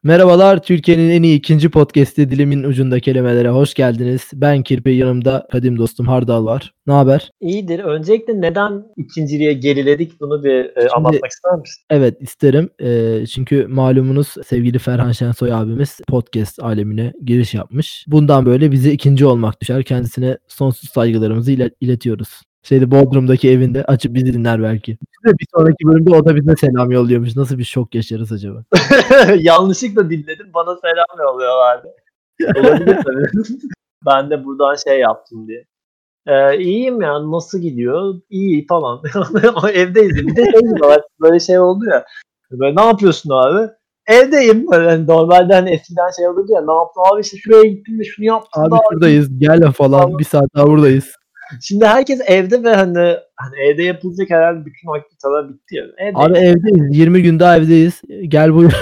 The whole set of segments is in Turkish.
Merhabalar, Türkiye'nin en iyi ikinci podcast'i Dilimin Ucunda Kelimelere hoş geldiniz. Ben Kirpi, yanımda kadim dostum Hardal var. Ne haber? İyidir. Öncelikle neden ikinciliğe geriledik bunu bir Şimdi anlatmak ister misin? evet isterim. Çünkü malumunuz sevgili Ferhan Şensoy abimiz podcast alemine giriş yapmış. Bundan böyle bize ikinci olmak düşer. Kendisine sonsuz saygılarımızı iletiyoruz. Bodrum'daki evinde açıp bizi dinler belki. Bir sonraki bölümde o da bize selam yolluyormuş. Nasıl bir şok yaşarız acaba? Yanlışlıkla dinledim. Bana selam yolluyorlardı. Olabilir tabii. Ben de buradan şey yaptım diye. İyiyim ya. Nasıl gidiyor? İyi falan. Evdeyiz. Bir de şey diyorlar. Böyle şey oldu ya. Böyle ne yapıyorsun abi? Evdeyim. Böyle hani normalde hani eskiden şey olurdu ya. Ne yaptın abi, işte şuraya gittim de şunu yaptım Abi da. şuradayız, gel falan. Bir saat daha buradayız. Şimdi herkes evde ve hani evde yapılacak herhalde bütün aktiviteler bitti ya. Abi Evdeyiz. evdeyiz. 20 gün daha evdeyiz. Gel buyur.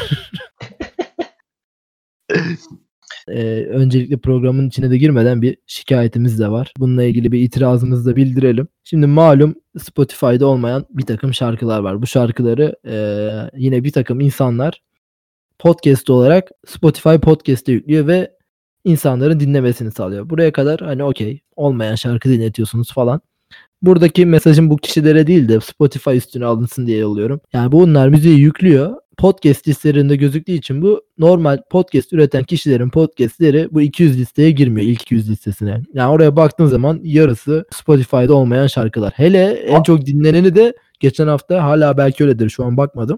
Öncelikle programın içine de girmeden bir şikayetimiz de var. Bununla ilgili bir itirazımızı da bildirelim. Şimdi malum Spotify'da olmayan bir takım şarkılar var. Bu şarkıları yine bir takım insanlar podcast olarak Spotify Podcast'e yüklüyor ve insanların dinlemesini sağlıyor. Buraya kadar hani okey, olmayan şarkı dinletiyorsunuz falan. Buradaki mesajım bu kişilere değil de Spotify üstüne alınsın diye yolluyorum. Yani bunlar müziği yüklüyor. Podcast listelerinde gözüktüğü için bu normal podcast üreten kişilerin podcastleri bu 200 listeye girmiyor, ilk 200 listesine. Yani oraya baktığın zaman yarısı Spotify'da olmayan şarkılar. Hele en çok dinleneni de geçen hafta, hala belki öyledir, şu an bakmadım.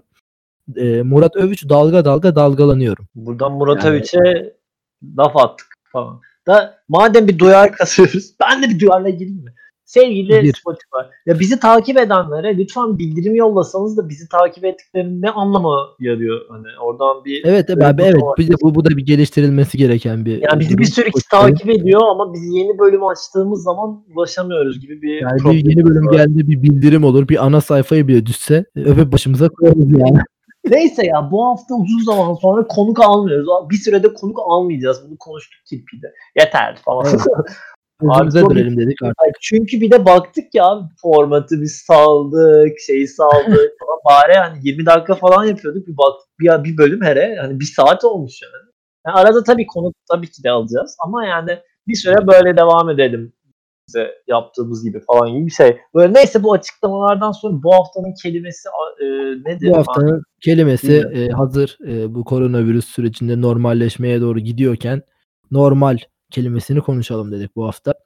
Murat Övüç, Dalga Dalga Dalgalanıyorum. Buradan Murat Yani Övüç'e laf attık falan. Da madem bir duyar kasıyoruz, ben de bir duyarla gireyim mi? Sevgili bir Spotify, ya bizi takip edenlere lütfen bildirim yollasanız da bizi takip ettiklerinin ne anlama yarıyor? Hani oradan bir evet abi, evet, bu da bir geliştirilmesi gereken bir yani bizi bir durum. sürü kişi Spotify'ın. takip ediyor ama biz yeni bölüm açtığımız zaman ulaşamıyoruz gibi bir Yani bir problem yeni bölüm var. geldiğinde bir bildirim olur. Bir ana sayfaya bile düşse öpüp başımıza koyarız yani. Neyse ya, bu hafta uzun zaman sonra konuk almıyoruz. Bir sürede konuk almayacağız. Bunu konuştuk Kirpi'de. Yeter falan. Evet. Abi Özümüze çok dönelim dedik artık. çünkü bir de baktık ya abi, formatı biz saldık, şeyi saldık falan. Bari hani 20 dakika falan yapıyorduk. Bir baktık bir bölüm hele hani bir saat olmuş yani. Yani arada tabii konuk tabii ki de alacağız ama yani bir süre böyle devam edelim bize yaptığımız gibi falan gibi bir şey. Böyle neyse, bu açıklamalardan sonra bu haftanın kelimesi nedir? Bu haftanın kelimesi Bilmiyorum. hazır bu koronavirüs sürecinde normalleşmeye doğru gidiyorken normal kelimesini konuşalım dedik bu hafta.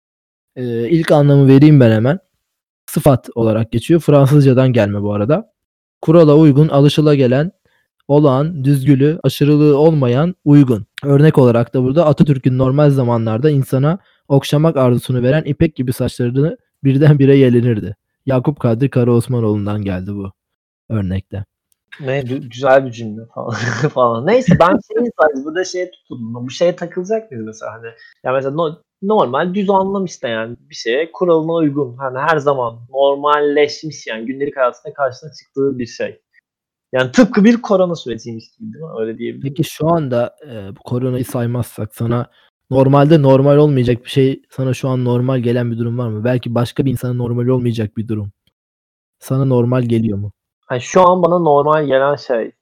İlk anlamı vereyim ben hemen. Sıfat olarak geçiyor. Fransızcadan gelme bu arada. Kurala uygun, alışılagelen, olağan, düzgülü, aşırılığı olmayan, uygun. Örnek olarak da burada Atatürk'ün normal zamanlarda insana okşamak arzusunu veren ipek gibi saçlarını birdenbire yelenirdi. Yakup Kadri Karaosmanoğlu'ndan geldi bu örnekte. Güzel bir cümle falan falan. Neyse, ben sadece burada şeye tutuldum. Bu şeye takılacak mıyız mesela, hani ya mesela normal düz anlam işte, yani bir şeye kuralına uygun, hani her zaman normalleşmiş, yani gündelik hayatında karşına çıktığı bir şey. Yani tıpkı bir korona süreciymiş gibi, değil mi? Öyle diyebilir Peki miyiz? şu anda bu koronayı saymazsak sana normalde normal olmayacak bir şey, sana şu an normal gelen bir durum var mı? Belki başka bir insana normal olmayacak bir durum. Sana normal geliyor mu? Hani şu an bana normal gelen şey,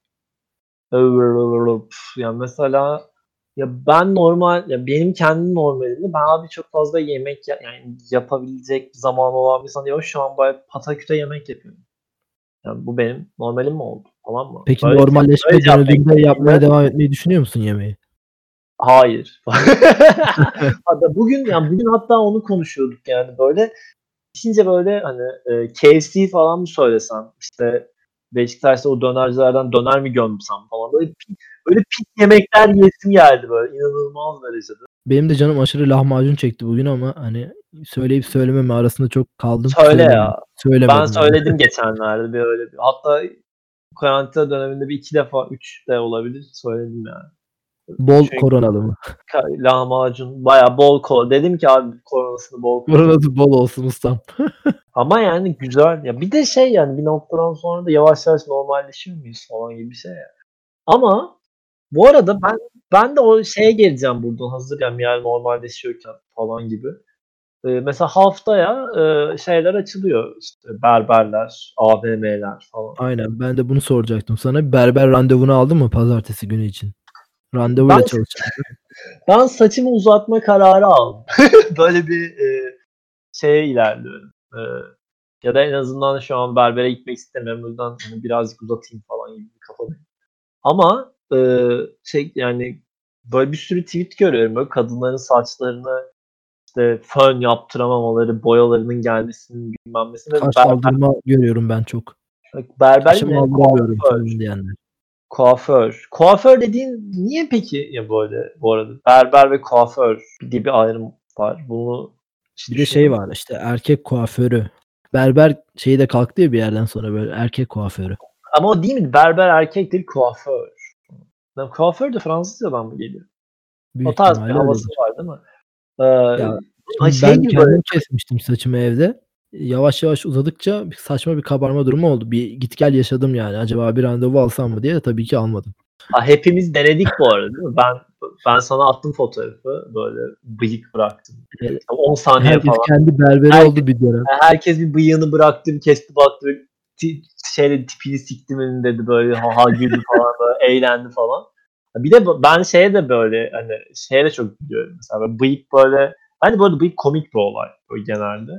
yani mesela, ya ben normal, ya benim kendi normalimde ben abi çok fazla yemek yani yapabilecek bir zaman olan bir insan değil. Şu an böyle pataküte yemek yapıyorum. Yani bu benim normalim mi oldu? Tamam mı? Peki Böyle normalleşmeye cevap döndüğünde beklediğinde yapmaya devam etmeyi düşünüyor musun yemeği? hayır. Hatta bugün hatta onu konuşuyorduk yani böyle. Düşünce böyle hani KFC falan mı söylesem, işte Beşiktaş'ta o dönercilerden döner mi gömsem falan, böyle pis yemekler yesim geldi böyle inanılmaz derecede. Benim de canım aşırı lahmacun çekti bugün ama hani söyleyip söylememe arasında çok kaldım. Söyle ya. Ben Söylemedim yani. söyledim geçenlerde hatta karantina döneminde bir 2 defa 3 de olabilir söyledim yani. Bol Çünkü koronalı mı? lahmacun bayağı bol kola. Dedim ki abi koronasını bol kola. Koronası bol olsun ustam. Ama yani güzel. Ya bir de şey, yani bir noktadan sonra da yavaş yavaş normalleşiyor muyuz falan gibi bir şey ya. Ama bu arada ben de o şeye geleceğim buradan, hazır yani normalleşiyorken falan gibi. Mesela haftaya şeyler açılıyor. İşte berberler, AVM'ler falan. Aynen. Ben de bunu soracaktım sana. Berber randevunu aldın mı pazartesi günü için? Ben Randevuyla çalışacaksın. ben saçımı uzatma kararı aldım. Böyle bir şeye ilerliyorum. Ya da en azından şu an berbere gitmek istemiyorum. O yüzden hani birazcık uzatayım falan gibi bir kafadayım. Ama yani böyle bir sürü tweet görüyorum. Böyle kadınların saçlarını işte fön yaptıramamaları, boyalarının gelmesinin bilmem nesini ve Kaş aldırma görüyorum ben çok. berber Kaşımı ne? aldıramıyorum Kuaför. falan diyenler. Kuaför. Kuaför dediğin niye peki ya böyle bu arada? Berber ve kuaför diye bir ayrım var. Bunu hiç Bir de şey düşündün mü? var işte erkek kuaförü. Berber şeyi de kalktı ya bir yerden sonra böyle erkek kuaförü. Ama o değil mi? Berber erkek değil, kuaför. Kuaför de Fransızcadan mı geliyor? O Büyük tarz bir ihtimalle havası öyledir. var değil mi? Ya Ay şimdi şey ben gibi böyle kendim kesmiştim saçımı evde. Yavaş yavaş uzadıkça saçma bir kabarma durumu oldu. Bir git gel yaşadım yani. Acaba bir randevu alsam mı diye de tabii ki almadım. hepimiz denedik bu arada değil mi? Ben sana attım fotoğrafı. Böyle bıyık bıraktım. Eee, 10 saniye herkes falan. kendi berberi Herkes, oldu bir dönem. herkes bir bıyığını bıraktı, bir kesti baktı. Şeyle tipini siktimin dedi böyle ha ha güldü falan böyle eğlendi falan. Bir de ben şeye de böyle hani şeye de çok gülüyorum mesela böyle bıyık böyle hani böyle bıyık komik bir olay böyle genelde.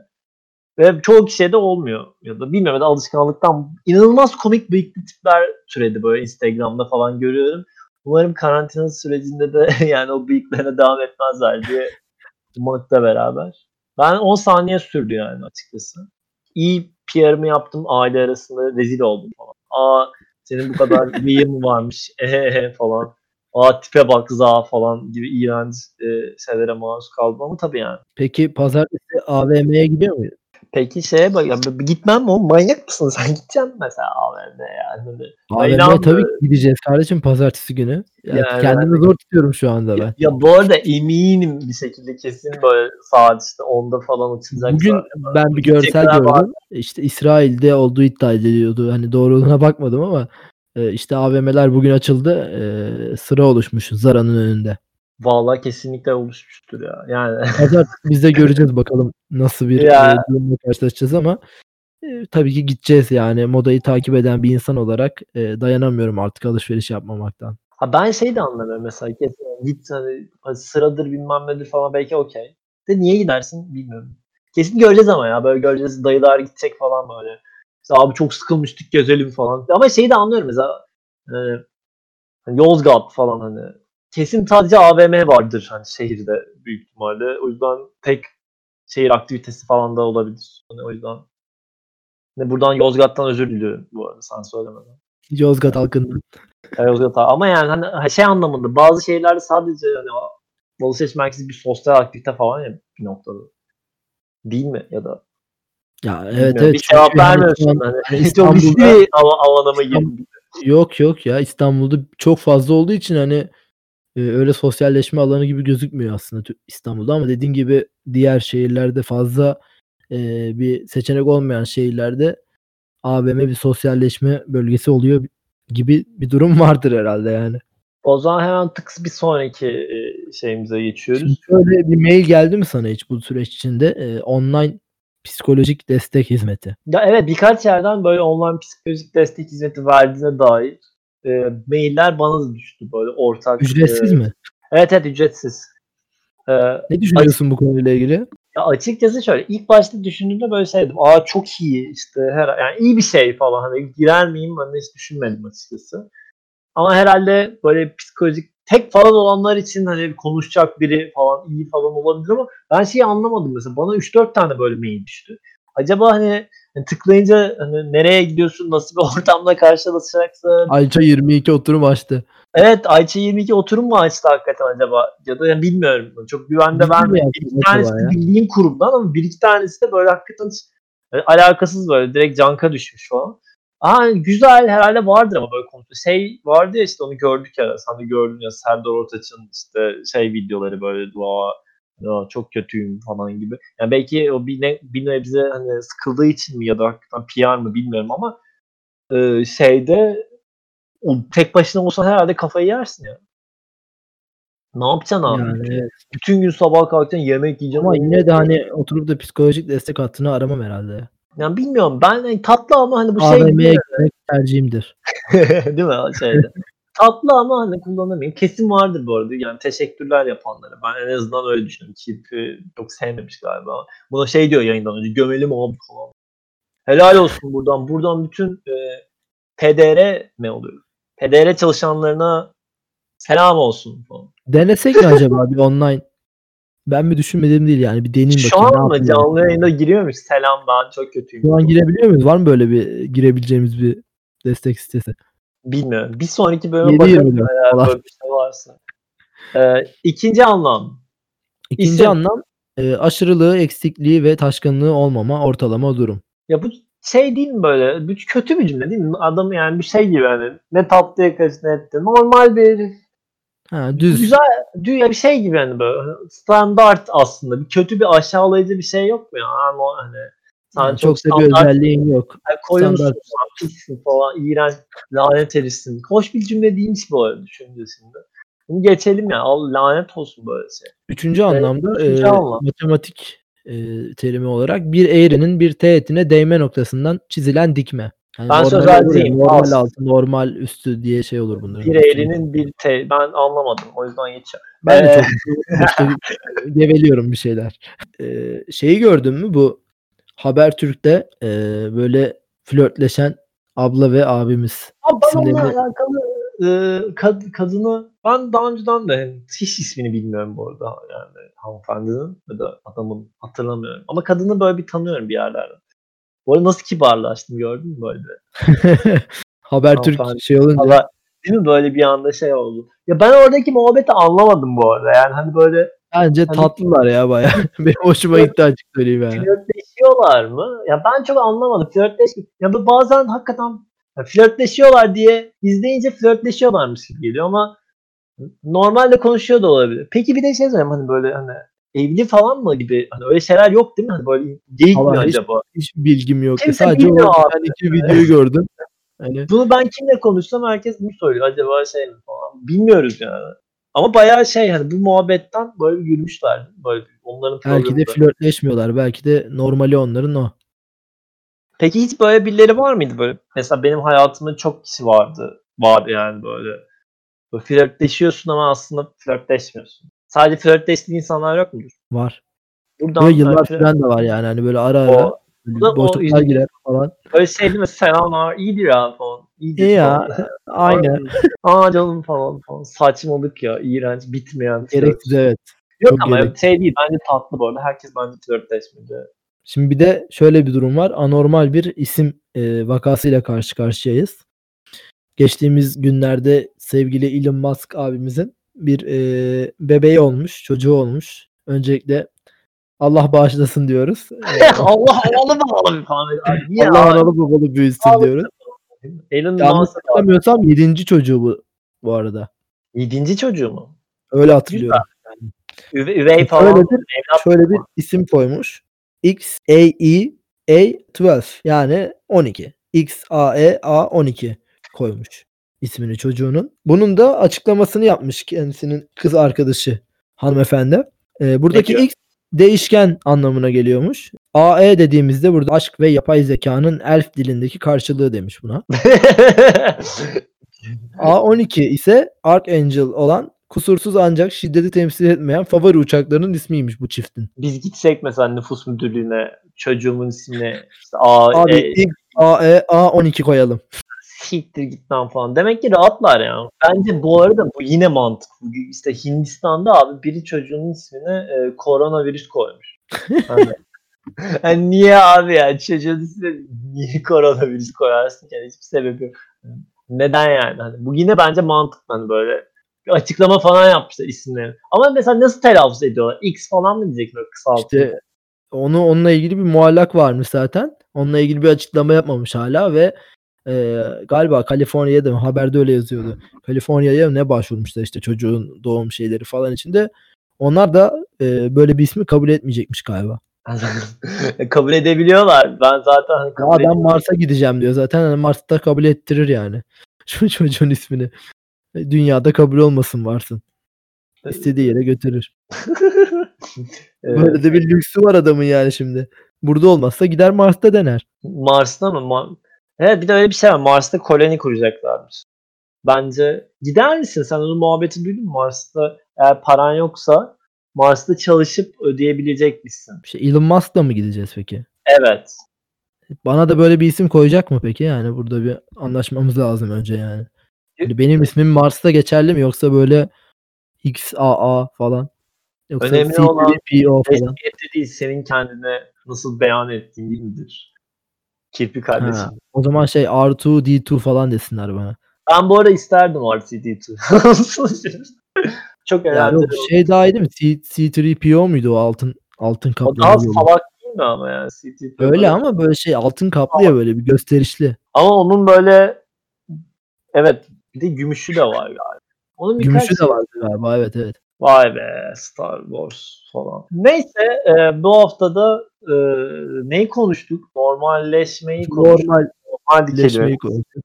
Ve çoğu kişiye de olmuyor ya da bilmiyorum ya da alışkanlıktan inanılmaz komik bıyıklı tipler türedi böyle Instagram'da falan görüyorum. Umarım karantina sürecinde de yani o bıyıklarına devam etmezler diye ummakla beraber. Ben 10 saniye sürdü yani açıkçası. İyi PR'ımı yaptım aile arasında rezil oldum falan. Aa senin bu kadar bıyığın mı varmış ehehe falan. Aa tipe bak za falan gibi iğrenç şeylere maruz kaldım ama tabii yani. Peki pazartesi AVM'ye gidiyor muydun? Peki şeye bak ya gitmem mi oğlum manyak mısın sen gideceksin mesela AVM'ye yani. Hani, ben AVM'ye tabii ki inanmıyorum. gideceğiz kardeşim pazartesi günü. Ya Yani kendimi hani zor tutuyorum şu anda ben. ya bu arada eminim bir şekilde kesin böyle saat işte 10'da falan açılacaksa Bugün ben bir gidecek görsel kadar var. gördüm. İşte İsrail'de olduğu iddia ediliyordu. Hani doğruluğuna bakmadım ama işte AVM'ler bugün açıldı. Sıra oluşmuş Zara'nın önünde. Vallahi kesinlikle oluşmuştur ya. Yani Pazartesi biz de göreceğiz bakalım nasıl bir ya durumla karşılaşacağız ama tabii ki gideceğiz yani modayı takip eden bir insan olarak dayanamıyorum artık alışveriş yapmamaktan. ha ben şey de anlamıyorum mesela kesin git hani sıradır bilmem nedir falan belki okey. De niye gidersin bilmiyorum. Kesin göreceğiz ama ya böyle göreceğiz dayılar gidecek falan böyle. İşte abi çok sıkılmıştık gezelim falan. Ama şeyi de anlıyorum mesela hani Yozgat falan hani kesin sadece AVM vardır hani şehirde büyük ihtimalle. O yüzden tek şehir aktivitesi falan da olabilir. Hani o yüzden buradan Yozgat'tan özür diliyorum bu arada sen söylemeden. Yozgat halkından. Yozgat ama yani hani şey anlamında bazı şehirlerde sadece hani alışveriş merkezi bir sosyal aktivite falan ya bir noktada. Değil mi? Ya da Ya evet bilmiyorum. evet Bir cevap çünkü hani şu vermiyorsun. an hani Hani çok riskli İstanbul'da bir alanıma İstam girdim. yok yok ya İstanbul'da çok fazla olduğu için hani öyle sosyalleşme alanı gibi gözükmüyor aslında İstanbul'da ama dediğin gibi diğer şehirlerde fazla, bir seçenek olmayan şehirlerde AVM bir sosyalleşme bölgesi oluyor gibi bir durum vardır herhâlde yani. O zaman hemen tıks bir sonraki şeyimize Şimdi geçiyoruz. şöyle bir mail geldi mi sana hiç bu süreç içinde? Online psikolojik destek hizmeti. Ya evet birkaç yerden böyle online psikolojik destek hizmeti verdiğine dair mailler bana da düştü böyle ortak. Ücretsiz mi? Evet evet ücretsiz. E, Ne açık, düşünüyorsun bu konuyla ilgili? ya açıkçası şöyle ilk başta düşündüğümde böyle şeydim. Aa çok iyi işte yani iyi bir şey falan hani girer miyim ben de hiç düşünmedim açıkçası. Ama herhalde böyle psikolojik tek falan olanlar için hani konuşacak biri falan iyi falan olabilir ama ben şeyi anlamadım mesela. Bana 3-4 tane böyle mail düştü. Acaba hani tıklayınca hani nereye gidiyorsun, nasıl bir ortamda karşılaşacaksın? Ayça 22 oturum açtı. Evet, Ayça 22 oturum mu açtı hakikaten acaba? Ya da yani bilmiyorum. Çok güvende Biz de mi vermeyin. Bir yaptık iki tanesi acaba de ya? bildiğim kurumdan ama bir iki tanesi de böyle hakikaten hiç alakasız böyle direkt canka düşmüş falan. Aa, güzel herhalde vardır ama böyle konu. Şey vardı ya işte onu gördük ya. Sen de gördün ya Serdar Ortaç'ın işte şey videoları böyle dua ya çok kötüyüm falan gibi. Yani belki o bir nebze hani sıkıldığı için mi ya da hakikaten PR mı bilmiyorum ama şeyde o tek başına olsan herhalde kafayı yersin ya. Ne yapacaksın abi? Yani evet. Bütün gün sabah kalkacaksın, yemek yiyeceksin. Ama yine de hani oturup da psikolojik destek hattını aramam herhalde ya. Yani bilmiyorum. Ben hani tatlı ama hani bu şey AVM'ye değil. gitmek tercihimdir. Değil mi o şeyde? Tatlı ama hani kullanamayayım. Kesin vardır bu arada. Yani teşekkürler yapanlara. Ben en azından öyle düşünüyorum. Çipi çok sevmemiş galiba. Buna şey diyor yayından önce. Gömelim abi falan. Helal olsun buradan. Buradan bütün PDR ne oluyor? PDR çalışanlarına selam olsun falan. Denesek mi acaba bir online? Ben bir düşünmedim değil yani. Bir deneyeyim Şu bakayım. Ne an mı yapıyor? canlı yayında giriyormuş? Selam ben çok kötüyüm. Şu an girebiliyor muyuz? Var mı böyle bir girebileceğimiz bir destek sitesi? Bilmiyorum. Bir sonraki bölüme 7-24 bakarım eğer falan. böyle bir şey varsa. İkinci anlam. İkinci İsim. anlam aşırılığı, eksikliği ve taşkınlığı olmama ortalama durum. Ya bu şey değil mi böyle? Bu kötü bir cümle değil mi? Adam yani bir şey gibi hani ne tatlıya kaç ne etti. Normal bir Ha, düz. güzel dünya bir şey gibi hani böyle standart aslında. Bir kötü bir aşağılayıcı bir şey yok mu ya? Hani sen Yani çok çok da bir standart özelliğin yok. koyunsun, Standart. sen pissin falan, iğrenç, lanet herifsin. Hoş bir cümle değilmiş bu arada düşüncesinde. Bunu geçelim ya. Allah lanet olsun böyle şey. Üçüncü anlamda Üçüncü anlam. matematik terimi olarak bir eğrinin bir teğetine değme noktasından çizilen dikme. Yani Ben normal sözelciyim. normal altı, normal üstü diye şey olur bunların. Bir eğrinin bir ben anlamadım. O yüzden geçeceğim. Ben de çok boşta geveliyorum bir şeyler. Şeyi gördün mü bu Habertürk'te böyle flörtleşen abla ve abimiz. Ben onunla İsimlerini alakalı kadını ben daha önceden de hiç ismini bilmiyorum bu arada yani hanımefendinin ya da adamın hatırlamıyorum. Ama kadını böyle bir tanıyorum bir yerlerden. Bu arada nasıl kibarlaştım gördün mü böyle? Habertürk Hanımefendi. şey olunca Valla değil mi böyle bir anda şey oldu. Ya ben oradaki muhabbeti anlamadım bu arada. Yani hani böyle bence hani tatlılar ya bayağı. Benim hoşuma gitti açık söyleyeyim yani. flörtleşiyorlar mı? Ya ben çok anlamadım. Ya bu bazen hakikaten flörtleşiyorlar diye izleyince flörtleşiyorlarmış gibi geliyor ama normalde konuşuyor da olabilir. Peki bir de şey söyleyeyim hani böyle hani evli falan mı gibi hani öyle şeyler yok değil mi? Hani böyle geyik mi Valla acaba? hiç bilgim yok. Kimse Sadece bilmiyor o abi. ben iki videoyu gördüm. Hani Bunu ben kimle konuşsam herkes bunu söylüyor. Acaba şey mi falan. Bilmiyoruz yani. Ama bayağı şey hani bu muhabbetten böyle bir gülmüşler. Böyle onların belki de programında. flörtleşmiyorlar. Belki de normali onların o. Peki hiç böyle birileri var mıydı böyle? Mesela benim hayatımda çok kişi vardı. Vardı yani böyle. Böyle flörtleşiyorsun ama aslında flörtleşmiyorsun. Sadece flörtleştiğin insanlar yok mudur? Var. Böyle Buradan yıllar süren de var yani. Hani böyle ara ara o böyle o boşluklar üzücü. girer falan. Öyle şey değil mi? Selamlar, iyidir ya falan. İyidir İyi falan. ya. Aynı. Aa canım falan. Saçmalık ya. İğrenç. Bitmeyen flört. Gereksiz evet. Yok Çok ama gereksiz. şey değil. Bence tatlı bu arada. Herkes bence flörtleşmedi. Şimdi bir de şöyle bir durum var. Anormal bir isim vakasıyla karşı karşıyayız. Geçtiğimiz günlerde sevgili Elon Musk abimizin bir bebeği olmuş, çocuğu olmuş. Öncelikle Allah bağışlasın diyoruz. Allah analı babalı falan. Niye Allah abi? analı babalı büyüsün Sağlık diyoruz. Elon Yanlış Musk abi. hatırlamıyorsam 7. çocuğu bu arada. 7. çocuğu mu? Öyle Güzel. hatırlıyorum. Üvey falan. Şöyle bir Evlat şöyle bir mı? isim koymuş. XAEA12 yani 12. XAEA12 koymuş ismini çocuğunun. Bunun da açıklamasını yapmış kendisinin kız arkadaşı hanımefendi. Ne Buradaki diyor? X değişken anlamına geliyormuş. AE dediğimizde burada aşk ve yapay zekanın elf dilindeki karşılığı demiş buna. A12 ise Archangel olan kusursuz ancak şiddeti temsil etmeyen favori uçaklarının ismiymiş bu çiftin. Biz gitsek mesela nüfus müdürlüğüne çocuğumun ismini işte Abi ilk AE A12 koyalım. siktir git lan falan. Demek ki rahatlar ya. Bence bu arada bu yine mantıklı. İşte Hindistan'da abi biri çocuğunun ismine koronavirüs koymuş. Hani niye abi ya çocuğun ismine niye koronavirüs koyarsın yani hiçbir sebebi yok. Neden yani? Hani bu yine bence mantıklı hani böyle bir açıklama falan yapmışlar isimleri. Ama mesela nasıl telaffuz ediyorlar? X falan mı diyecekler kısaltıyla? İşte onunla ilgili bir muallak varmış zaten. Onunla ilgili bir açıklama yapmamış hala ve galiba Kaliforniya'da mı? Haberde öyle yazıyordu. Kaliforniya'ya ne başvurmuşlar işte çocuğun doğum şeyleri falan içinde. Onlar da böyle bir ismi kabul etmeyecekmiş galiba. Kabul edebiliyorlar. Ben zaten hani kabul Ya ben Mars'a gideceğim diyor zaten. Hani Mars'ta kabul ettirir yani. Şu çocuğun ismini. Dünyada kabul olmasın varsın. İstediği yere götürür. Evet. Böyle de bir lüksü var adamın yani şimdi. Burada olmazsa gider Mars'ta dener. Mars'ta mı? Evet, bir de öyle bir şey var. Mars'ta koloni kuracaklarmış. Bence gider misin? Sen onun muhabbeti duydun mu? Mars'ta eğer paran yoksa Mars'ta çalışıp ödeyebilecek misin? Elon Musk'la mı gideceğiz peki? Evet. Bana da böyle bir isim koyacak mı peki? Yani burada bir anlaşmamız lazım önce yani. Hani benim ismim Mars'ta geçerli mi yoksa böyle XAA falan? Yoksa Önemli olan C3PO falan? resmiyette değil, senin kendine nasıl beyan ettiğin değildir. Kirpi kardeşim. Ha, o zaman R2D2 falan desinler bana. Ben bu arada isterdim RTD2. Çok Ya eğlenceli yok olur. daha iyi değil mi? C3PO muydu o altın O kaplı daha böyle? salak değil mi ama yani CTP Öyle böyle. ama böyle altın kaplı ya böyle bir gösterişli. Ama onun böyle evet bir de gümüşü de var galiba. Onun birkaç Gümüşü de şey. vardı galiba. Evet. Vay be, Star Wars falan. Neyse bu haftada neyi konuştuk? Normalleşmeyi konuştuk. Normal kelime. Normalleşmeyi konuştuk.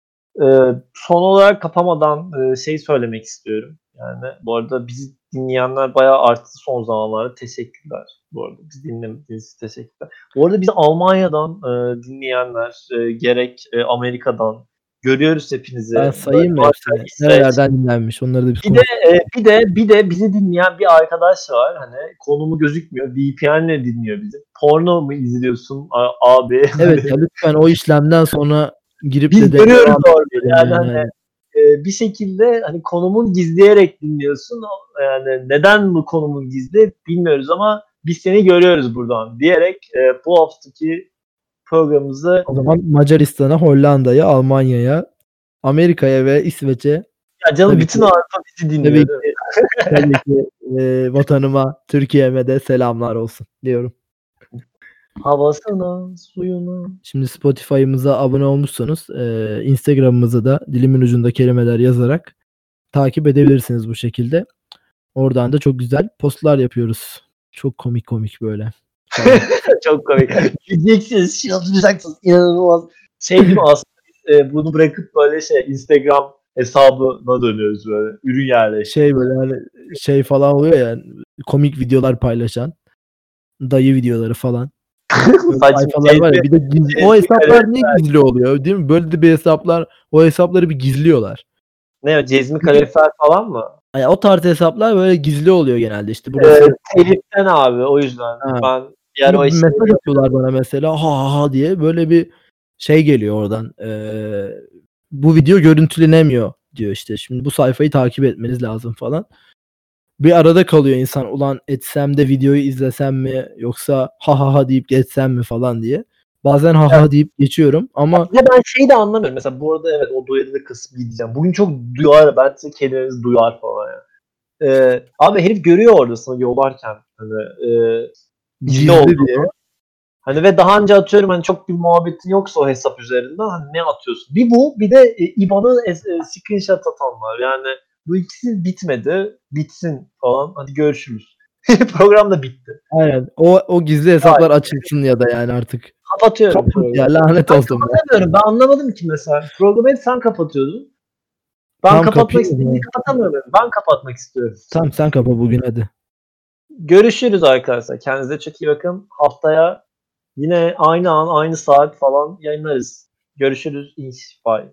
Son olarak kapamadan şey söylemek istiyorum. Yani bu arada bizi dinleyenler bayağı arttı son zamanlarda. Teşekkürler. Bu arada bizi dinlemediğiniz için teşekkürler. Bu arada bizi Almanya'dan dinleyenler, gerek Amerika'dan görüyoruz hepinizi. Ben sayayım mı hepsini? İsveç. Nerelerden dinlenmiş? Onları da bir Bir de bir de bizi dinleyen bir arkadaş var. Hani konumu gözükmüyor. VPN'le dinliyor bizi. Porno mu izliyorsun abi? Evet ya lütfen o işlemden sonra girip Biz de görüyoruz devam orada. edelim Yani yani. hani bir şekilde hani konumunu gizleyerek dinliyorsun. Yani neden bu konumun gizli bilmiyoruz ama biz seni görüyoruz buradan diyerek bu haftaki programımızı O zaman Macaristan'a, Hollanda'ya, Almanya'ya, Amerika'ya ve İsveç'e ya canım tabii bütün ki, Avrupa bizi dinliyor tabii değil mi? ki, tabii ki vatanıma, Türkiye'me de selamlar olsun diyorum. Havasına, suyuna. Şimdi Spotify'ımıza abone olmuşsanız Instagram'ımızı da dilimin ucunda kelimeler yazarak takip edebilirsiniz bu şekilde. Oradan da çok güzel postlar yapıyoruz. Çok komik böyle. Çok komik. Gideceksiniz, şaşıracaksınız. İnanılmaz. Şey değil mi aslında bunu bırakıp böyle Instagram hesabına dönüyoruz böyle. Ürün yerleştirmek. Böyle hani falan oluyor ya komik videolar paylaşan dayı videoları falan. Böyle Saçma sayfalar var ya bir de o hesaplar niye gizli oluyor değil mi? Böyle de bir hesaplar o hesapları bir gizliyorlar. Ne o? Cezmi Kalorifer falan mı? Yani o tarz hesaplar böyle gizli oluyor genelde işte burası. Teliften abi o yüzden. Ha. Ben bir ara o Bir mesaj atıyorlar bana mesela ha diye böyle bir geliyor oradan. Bu video görüntülenemiyor diyor işte. Şimdi bu sayfayı takip etmeniz lazım falan. Bir arada kalıyor insan. Ulan etsem de videoyu izlesem mi yoksa ha deyip geçsem mi falan diye. Bazen ha deyip geçiyorum ama ya ben şeyi de anlamıyorum. Mesela bu arada evet o duyarlı kısmı gideceğim. Bugün çok duyar. Ben size kelimenizi duyar falan ya. Abi herif görüyor orada sana yollarken. Hani izle gizli diye. olduğunu. Hani ve daha önce atıyorum hani çok bir muhabbetin yoksa o hesap üzerinden hani ne atıyorsun? Bir bu bir de IBAN'ı screenshot atanlar. Yani bu ikisi bitmedi. Bitsin falan. Hadi görüşürüz. Program da bitti. Aynen. O gizli hesaplar açılsın ya da yani artık. Kapatıyorum Kapat programı. ya lanet olsun be. Kapatamıyorum. Ben anlamadım ki mesela. Programı hep sen kapatıyordun. Ben Tam kapatmak kapayım istediğimi kapatamıyorum. Ben kapatmak istiyorum. Tamam sen kapa bugün hadi. Görüşürüz arkadaşlar. Kendinize çok iyi bakın. Haftaya yine aynı an, aynı saat falan yayınlarız. Görüşürüz. Bye.